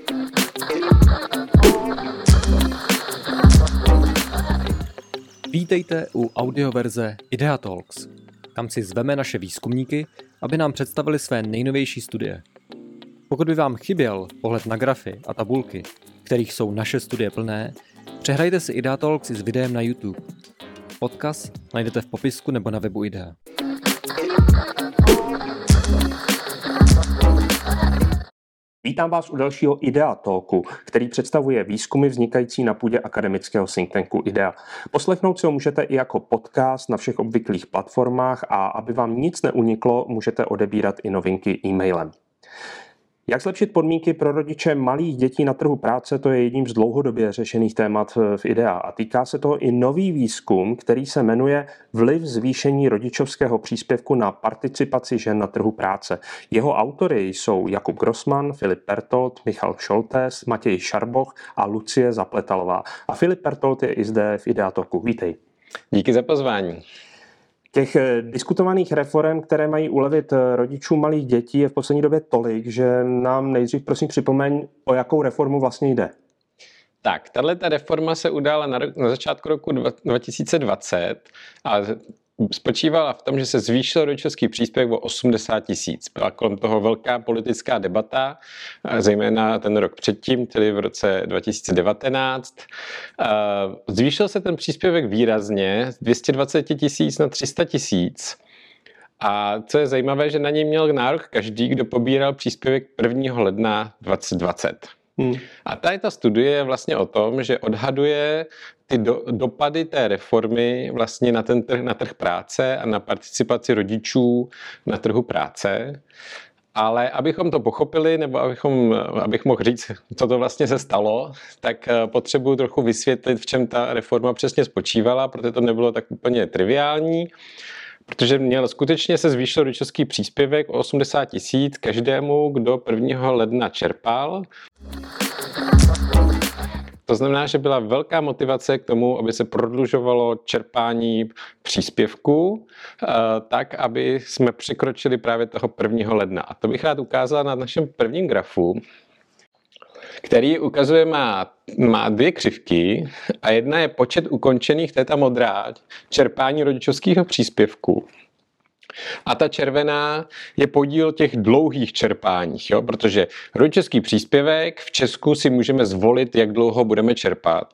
Vítejte u audioverze Idea Talks. Tam si zveme naše výzkumníky, aby nám představili své nejnovější studie. Pokud by vám chyběl pohled na grafy a tabulky, kterých jsou naše studie plné, přehrajte si Idea Talks i s videem na YouTube. Podcast najdete v popisku nebo na webu Idea. Vítám vás u dalšího Idea Talku, který představuje výzkumy vznikající na půdě akademického think tanku Idea. Poslechnout si ho můžete i jako podcast na všech obvyklých platformách a aby vám nic neuniklo, můžete odebírat i novinky e-mailem. Jak zlepšit podmínky pro rodiče malých dětí na trhu práce, to je jedním z dlouhodobě řešených témat v Idea a týká se toho i nový výzkum, který se jmenuje Vliv zvýšení rodičovského příspěvku na participaci žen na trhu práce. Jeho autory jsou Jakub Grossman, Filip Pertold, Michal Šoltés, Matěj Šarboch a Lucie Zapletalová. A Filip Pertold je i zde v Idea Talku. Vítej. Díky za pozvání. Těch diskutovaných reforem, které mají ulevit rodičům malých dětí, je v poslední době tolik, že nám nejdřív prosím připomeň, o jakou reformu vlastně jde. Tak, tato reforma se udála na začátku roku 2020 a spočívala v tom, že se zvýšil rodičovský příspěvek o 80 000. Byla kolem toho velká politická debata, zejména ten rok předtím, tedy v roce 2019. Zvýšil se ten příspěvek výrazně z 220 000 na 300 000. A co je zajímavé, že na něj měl nárok každý, kdo pobíral příspěvek 1. ledna 2020. A ta studie je vlastně o tom, že odhaduje ty dopady té reformy vlastně na trh práce a na participaci rodičů na trhu práce. Ale abychom to pochopili, nebo abych mohl říct, co to vlastně se stalo, tak potřebuji trochu vysvětlit, v čem ta reforma přesně spočívala, protože to nebylo tak úplně triviální. Protože skutečně se zvýšil rodičovský příspěvek o 80 000 každému, kdo 1. ledna čerpal. To znamená, že byla velká motivace k tomu, aby se prodlužovalo čerpání příspěvku, tak, aby jsme překročili právě toho 1. ledna. A to bych rád ukázal na našem prvním grafu, který ukazuje, má dvě křivky a jedna je počet ukončených, to je ta modrá, čerpání rodičovského příspěvku. A ta červená je podíl těch dlouhých čerpáních, jo? Protože rodičovský příspěvek v Česku si můžeme zvolit, jak dlouho budeme čerpat.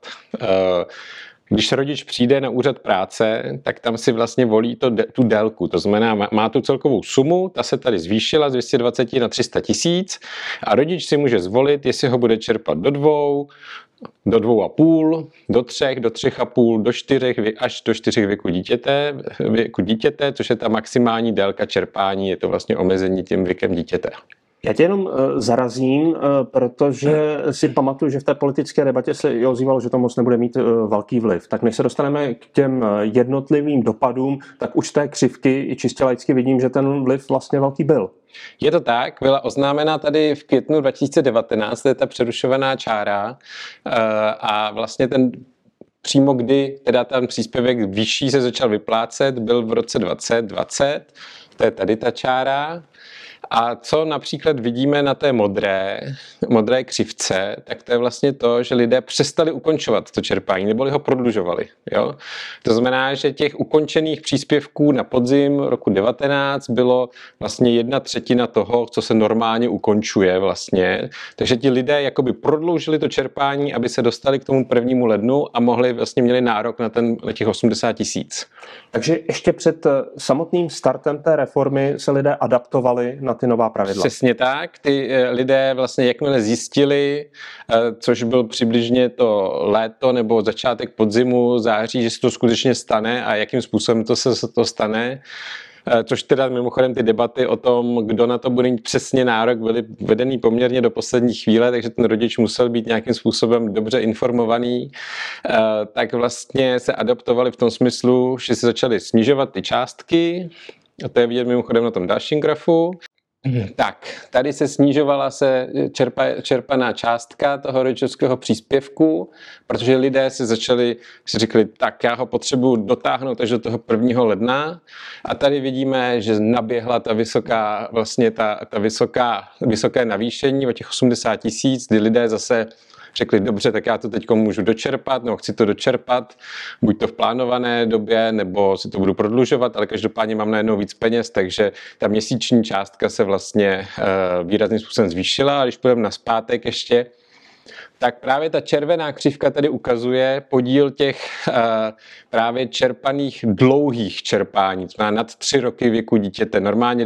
Když rodič přijde na úřad práce, tak tam si vlastně volí tu délku. To znamená, má tu celkovou sumu, ta se tady zvýšila z 220 na 300 000 a rodič si může zvolit, jestli ho bude čerpat do 2, do 2,5, do 3, do 3,5, do 4, až do 4 věku dítěte, což je ta maximální délka čerpání, je to vlastně omezení tím věkem dítěte. Já tě jenom zarazím, protože si pamatuju, že v té politické debatě se ozývalo, že to moc nebude mít velký vliv. Tak než se dostaneme k těm jednotlivým dopadům, tak už z té křivky i čistě laicky vidím, že ten vliv vlastně velký byl. Je to tak, byla oznámena tady v květnu 2019, to je ta přerušovaná čára a vlastně přímo kdy teda ten příspěvek vyšší se začal vyplácet, byl v roce 2020, to je tady ta čára. A co například vidíme na té modré křivce, tak to je vlastně to, že lidé přestali ukončovat to čerpání, neboli ho prodlužovali. Jo? To znamená, že těch ukončených příspěvků na podzim roku 2019 bylo vlastně 1/3 toho, co se normálně ukončuje vlastně. Takže ti lidé jakoby prodloužili to čerpání, aby se dostali k tomu 1. lednu a měli nárok na těch 80 000. Takže ještě před samotným startem té reformy se lidé adaptovali na ty nová pravidla. Přesně tak. Ty lidé vlastně jakmile zjistili, což byl přibližně to léto nebo začátek podzimu, září, že se to skutečně stane a jakým způsobem se to stane, což teda mimochodem ty debaty o tom, kdo na to bude mít přesně nárok, byly vedený poměrně do poslední chvíle, takže ten rodič musel být nějakým způsobem dobře informovaný, tak vlastně se adaptovali v tom smyslu, že se začaly snižovat ty částky, a to je vidět mimochodem na tom dalším grafu. Tak, tady se snižovala čerpaná částka toho rodičovského příspěvku, protože lidé si řekli, tak já ho potřebuji dotáhnout až do toho 1. ledna. A tady vidíme, že naběhla ta vysoké navýšení o těch 80 000, kdy lidé zase řekli, dobře, tak já to teď můžu dočerpat, nebo chci to dočerpat, buď to v plánované době, nebo si to budu prodlužovat, ale každopádně mám najednou víc peněz, takže ta měsíční částka se vlastně výrazným způsobem zvýšila. A když půjdeme nazpátek ještě, tak právě ta červená křivka tady ukazuje podíl těch právě čerpaných dlouhých čerpání, to znamená nad 3 roky věku dítěte. Normálně,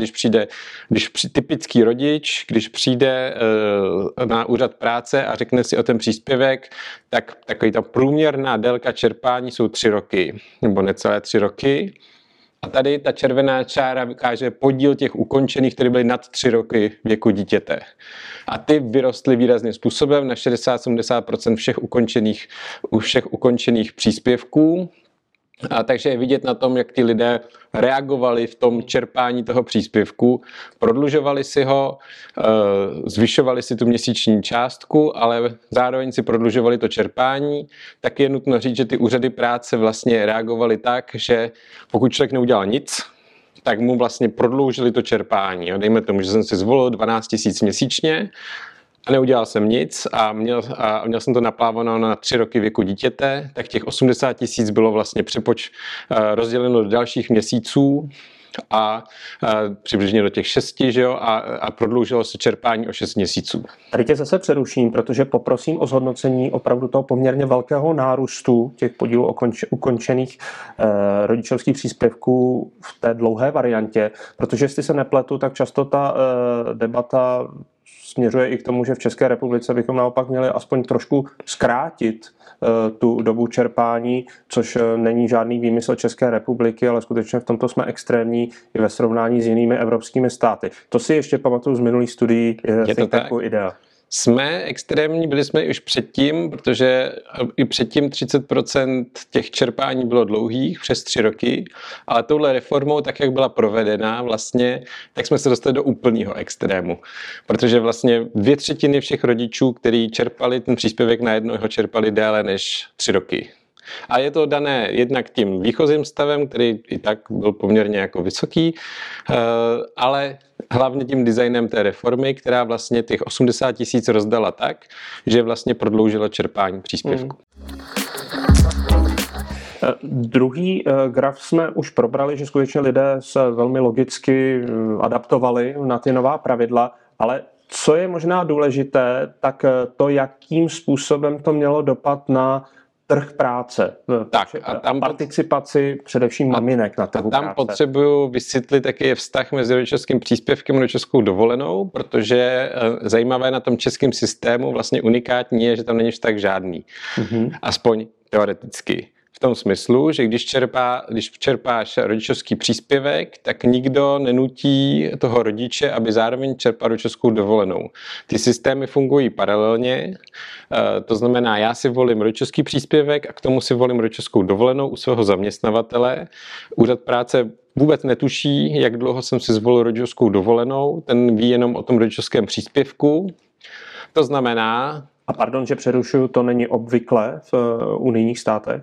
typický rodič, když přijde na úřad práce a řekne si o ten příspěvek, tak takový ta průměrná délka čerpání jsou 3 roky, nebo necelé 3 roky. A tady ta červená čára ukáže podíl těch ukončených, které byly nad 3 roky věku dítěte. A ty vyrostly výrazným způsobem na 60-70% všech ukončených příspěvků. A takže je vidět na tom, jak ti lidé reagovali v tom čerpání toho příspěvku, prodlužovali si ho, zvyšovali si tu měsíční částku, ale zároveň si prodlužovali to čerpání. Tak je nutno říct, že ty úřady práce vlastně reagovaly tak, že pokud člověk neudělal nic, tak mu vlastně prodloužili to čerpání. Dejme tomu, že jsem si zvolil 12 000 měsíčně a neudělal jsem nic a měl jsem to naplánováno na 3 roky věku dítěte, tak těch 80 000 bylo vlastně rozděleno do dalších měsíců a přibližně do těch 6, že jo, a prodloužilo se čerpání o 6 měsíců. Tady tě zase přeruším, protože poprosím o zhodnocení opravdu toho poměrně velkého nárůstu těch podílů ukončených rodičovských příspěvků v té dlouhé variantě, protože jestli se nepletu, tak často ta debata směřuje i k tomu, že v České republice bychom naopak měli aspoň trošku zkrátit tu dobu čerpání, což není žádný výmysl České republiky, ale skutečně v tomto jsme extrémní i ve srovnání s jinými evropskými státy. To si ještě pamatuju z minulých studií think tanku IDEA. Jsme extrémní, byli jsme už předtím, protože i předtím 30% těch čerpání bylo dlouhých, přes 3 roky, ale touhle reformou, tak jak byla provedena vlastně, tak jsme se dostali do úplného extrému. Protože vlastně 2/3 všech rodičů, kteří čerpali ten příspěvek na jednoho, čerpali déle než 3 roky. A je to dané jednak tím výchozím stavem, který i tak byl poměrně jako vysoký, ale hlavně tím designem té reformy, která vlastně těch 80 000 rozdala tak, že vlastně prodloužila čerpání příspěvku. Druhý graf jsme už probrali, že skutečně lidé se velmi logicky adaptovali na ty nová pravidla, ale co je možná důležité, tak to, jakým způsobem to mělo dopad na trh práce, a tam participaci především maminek na trhu práce. A tam potřebuju vysvětlit, jaký je vztah mezi rodičovským příspěvkem a rodičovskou dovolenou, protože zajímavé na tom českém systému, vlastně unikátní je, že tam není vztah žádný. Aspoň teoreticky. V tom smyslu, že když čerpáš rodičovský příspěvek, tak nikdo nenutí toho rodiče, aby zároveň čerpal rodičovskou dovolenou. Ty systémy fungují paralelně, to znamená, já si volím rodičovský příspěvek a k tomu si volím rodičovskou dovolenou u svého zaměstnavatele. Úřad práce vůbec netuší, jak dlouho jsem si zvolil rodičovskou dovolenou, ten ví jenom o tom rodičovském příspěvku. To znamená... A pardon, že přerušuju, to není obvyklé v unijních státech?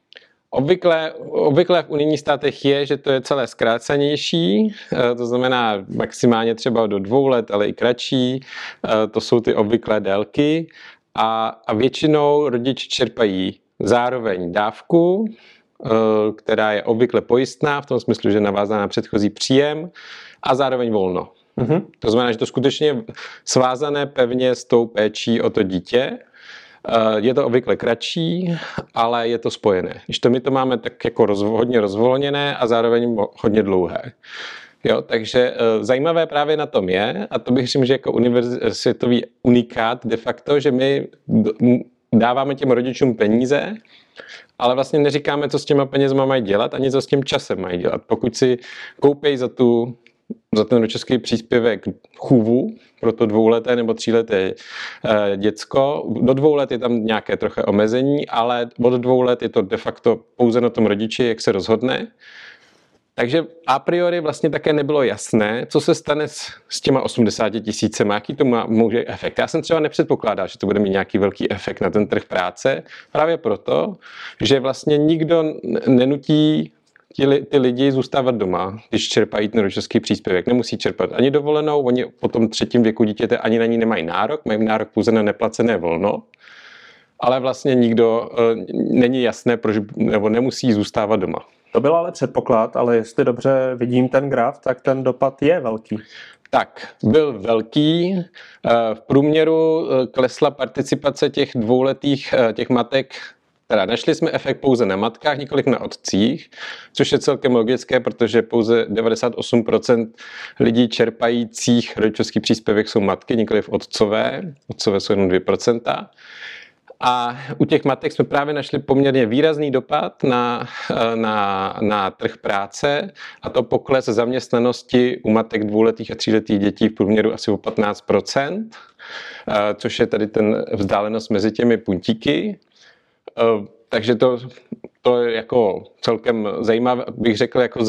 Obvykle v unijních státech je, že to je celé zkrácenější, to znamená maximálně třeba do 2 let, ale i kratší, to jsou ty obvyklé délky a většinou rodiče čerpají zároveň dávku, která je obvykle pojistná, v tom smyslu, že je navázaná na předchozí příjem a zároveň volno. To znamená, že to skutečně je svázané pevně s tou péčí o to dítě. Je to obvykle kratší, ale je to spojené. Když to my to máme tak jako hodně rozvolněné a zároveň hodně dlouhé. Jo, takže zajímavé právě na tom je, a to bych řekl, že jako světový unikát de facto, že my dáváme těm rodičům peníze, ale vlastně neříkáme, co s těma penězma mají dělat, ani co s tím časem mají dělat. Pokud si koupí za ten rodičovský příspěvek chůvu pro to 2leté nebo 3leté děcko. Do 2 let je tam nějaké trochu omezení, ale od 2 let je to de facto pouze na tom rodiči, jak se rozhodne. Takže a priori vlastně také nebylo jasné, co se stane s těma 80 000, jaký to může efekt. Já jsem třeba nepředpokládal, že to bude mít nějaký velký efekt na ten trh práce, právě proto, že vlastně nikdo nenutí ty lidi zůstávat doma, když čerpají ten rodičovský příspěvek. Nemusí čerpat ani dovolenou, oni po tom 3. věku dítěte ani na ní nemají nárok, mají nárok pouze na neplacené volno, ale vlastně nikdo není jasné, proč nebo nemusí zůstávat doma. To byl ale předpoklad, ale jestli dobře vidím ten graf, tak ten dopad je velký. Tak, byl velký. V průměru klesla participace těch dvouletých těch matek. Teda našli jsme efekt pouze na matkách, nikoliv na otcích, což je celkem logické, protože pouze 98% lidí čerpajících rodičovský příspěvek jsou matky, nikoliv otcové. Otcové jsou jenom 2%. A u těch matek jsme právě našli poměrně výrazný dopad na trh práce, a to pokles zaměstnanosti u matek 2letých a 3letých dětí v průměru asi o 15%, což je tady ten vzdálenost mezi těmi puntíky. Takže to je jako celkem zajímavé, bych řekl, jako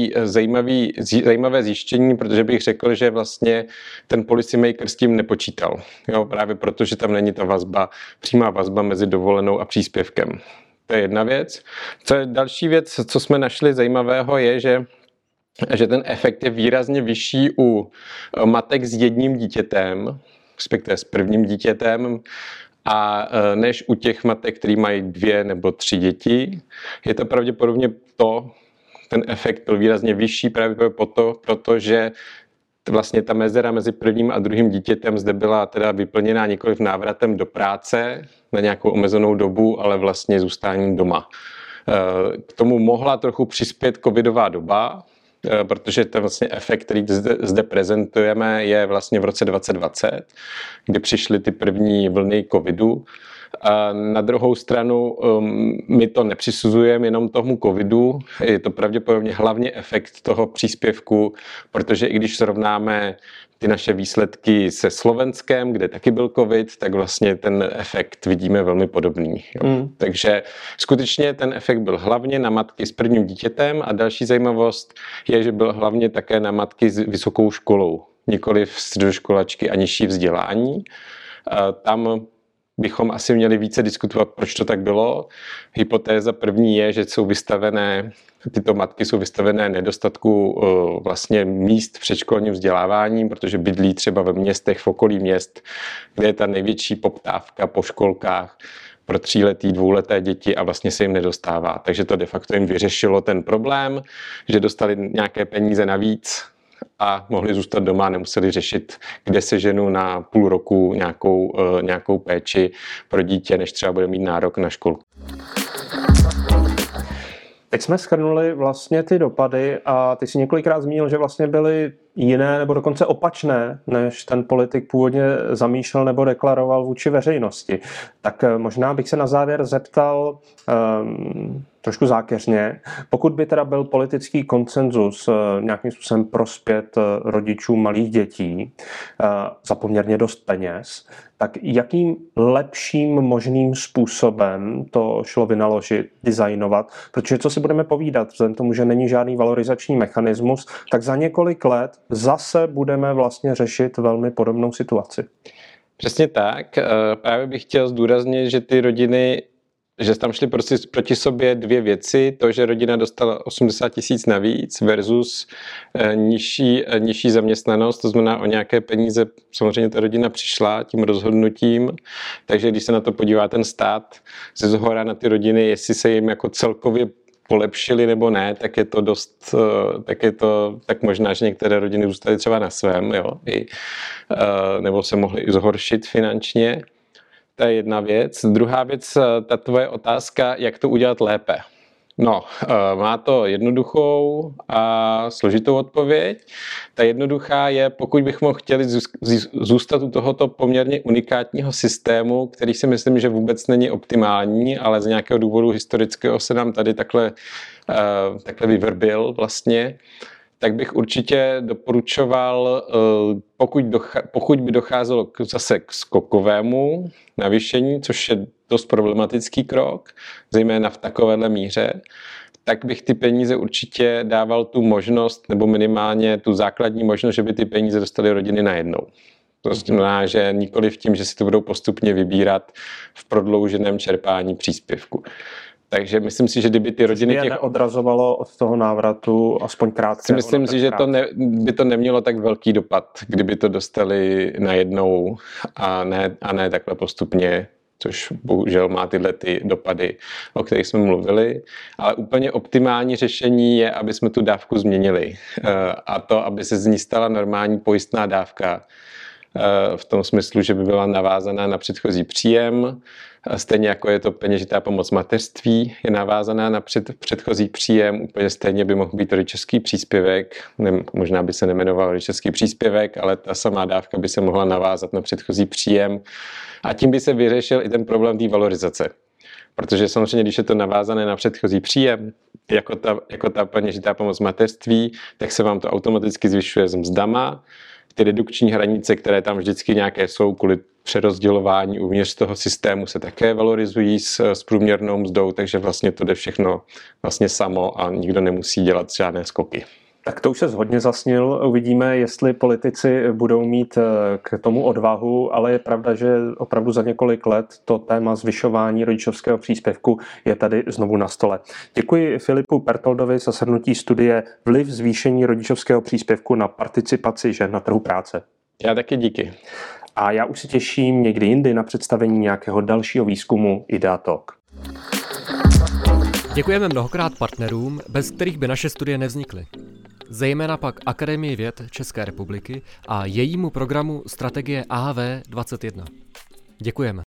zajímavé zjištění, protože bych řekl, že vlastně ten policymaker s tím nepočítal. Jo, právě proto, že tam není ta přímá vazba mezi dovolenou a příspěvkem. To je jedna věc. Co je další věc, co jsme našli zajímavého, je, že ten efekt je výrazně vyšší u matek s jedním dítětem, respektive s prvním dítětem, a než u těch matek, který mají 2 nebo 3 děti. Je to pravděpodobně ten efekt byl výrazně vyšší právě protože vlastně ta mezera mezi prvním a druhým dítětem zde byla teda vyplněná nikoliv návratem do práce na nějakou omezenou dobu, ale vlastně zůstáním doma. K tomu mohla trochu přispět covidová doba, protože ten vlastně efekt, který zde prezentujeme, je vlastně v roce 2020, kdy přišly ty první vlny covidu. A na druhou stranu my to nepřisuzujeme jenom tomu covidu, je to pravděpodobně hlavně efekt toho příspěvku, protože i když srovnáme ty naše výsledky se Slovenskem, kde taky byl covid, tak vlastně ten efekt vidíme velmi podobný. Takže skutečně ten efekt byl hlavně na matky s prvním dítětem a další zajímavost je, že byl hlavně také na matky s vysokou školou, nikoliv středoškolačky a nižší vzdělání. Tam bychom asi měli více diskutovat, proč to tak bylo. Hypotéza první je, že tyto matky jsou vystavené nedostatku vlastně míst v předškolním vzdělávání, protože bydlí třeba ve městech, v okolí měst, kde je ta největší poptávka po školkách pro 3letý, 2leté děti a vlastně se jim nedostává. Takže to de facto jim vyřešilo ten problém, že dostali nějaké peníze navíc a mohli zůstat doma, nemuseli řešit, kde se ženu na půl roku nějakou péči pro dítě, než třeba bude mít nárok na školku. Teď jsme shrnuli vlastně ty dopady a ty si několikrát zmínil, že vlastně byly jiné nebo dokonce opačné, než ten politik původně zamýšlel nebo deklaroval vůči veřejnosti. Tak možná bych se na závěr zeptal trošku zákeřně, pokud by teda byl politický konsenzus nějakým způsobem prospět rodičům malých dětí za poměrně dost peněz, tak jakým lepším možným způsobem to šlo vynaložit, designovat? Protože co si budeme povídat, vzhledem tomu, že není žádný valorizační mechanismus, tak za několik let zase budeme vlastně řešit velmi podobnou situaci. Přesně tak. Právě bych chtěl zdůraznit, že ty rodiny, že tam šly prostě proti sobě dvě věci. To, že rodina dostala 80 000 navíc versus nižší zaměstnanost, to znamená o nějaké peníze samozřejmě ta rodina přišla tím rozhodnutím. Takže když se na to podívá ten stát ze zhora na ty rodiny, jestli se jim jako celkově polepšili nebo ne, tak je to dost, tak možná, že některé rodiny zůstaly třeba na svém, jo, nebo se mohly i zhoršit finančně. To je jedna věc. Druhá věc, ta tvoje otázka, jak to udělat lépe. No, má to jednoduchou a složitou odpověď. Ta jednoduchá je, pokud bychom chtěli zůstat u tohoto poměrně unikátního systému, který si myslím, že vůbec není optimální, ale z nějakého důvodu historického se nám tady takhle vyvrbil vlastně, tak bych určitě doporučoval, pokud by docházelo zase k skokovému navýšení, což je dost problematický krok, zejména v takovéhle míře, tak bych ty peníze určitě dával tu možnost, nebo minimálně tu základní možnost, že by ty peníze dostaly rodiny najednou. To znamená, že nikoli v tím, že si to budou postupně vybírat v prodlouženém čerpání příspěvku. Takže myslím si, že kdyby ty rodiny těch neodrazovalo od toho návratu aspoň krátce. Myslím si, že by to nemělo tak velký dopad, kdyby to dostali najednou a ne takhle postupně, což bohužel má tyhle ty dopady, o kterých jsme mluvili. Ale úplně optimální řešení je, aby jsme tu dávku změnili. A to, aby se z ní stala normální pojistná dávka, v tom smyslu, že by byla navázaná na předchozí příjem, stejně jako je to peněžitá pomoc mateřství, je navázaná na předchozí příjem, úplně stejně by mohl být rodičovský příspěvek, možná by se nemenoval rodičovský příspěvek, ale ta samá dávka by se mohla navázat na předchozí příjem a tím by se vyřešil i ten problém té valorizace. Protože samozřejmě, když je to navázané na předchozí příjem, jako ta peněžitá pomoc mateřství, tak se vám to automaticky zvyšuje s mzdama. Ty redukční hranice, které tam vždycky nějaké jsou kvůli přerozdělování uvnitř toho systému, se také valorizují s průměrnou mzdou, takže vlastně to jde všechno vlastně samo a nikdo nemusí dělat žádné skoky. Tak to už se hodně zasnil. Uvidíme, jestli politici budou mít k tomu odvahu, ale je pravda, že opravdu za několik let to téma zvyšování rodičovského příspěvku je tady znovu na stole. Děkuji Filipu Pertoldovi za shrnutí studie Vliv zvýšení rodičovského příspěvku na participaci žen na trhu práce. Já taky díky. A já už se těším někdy jindy na představení nějakého dalšího výzkumu Idea Talk. Děkujeme mnohokrát partnerům, bez kterých by naše studie nevznikly. Zejména pak Akademii věd České republiky a jejímu programu Strategie AV21. Děkujeme.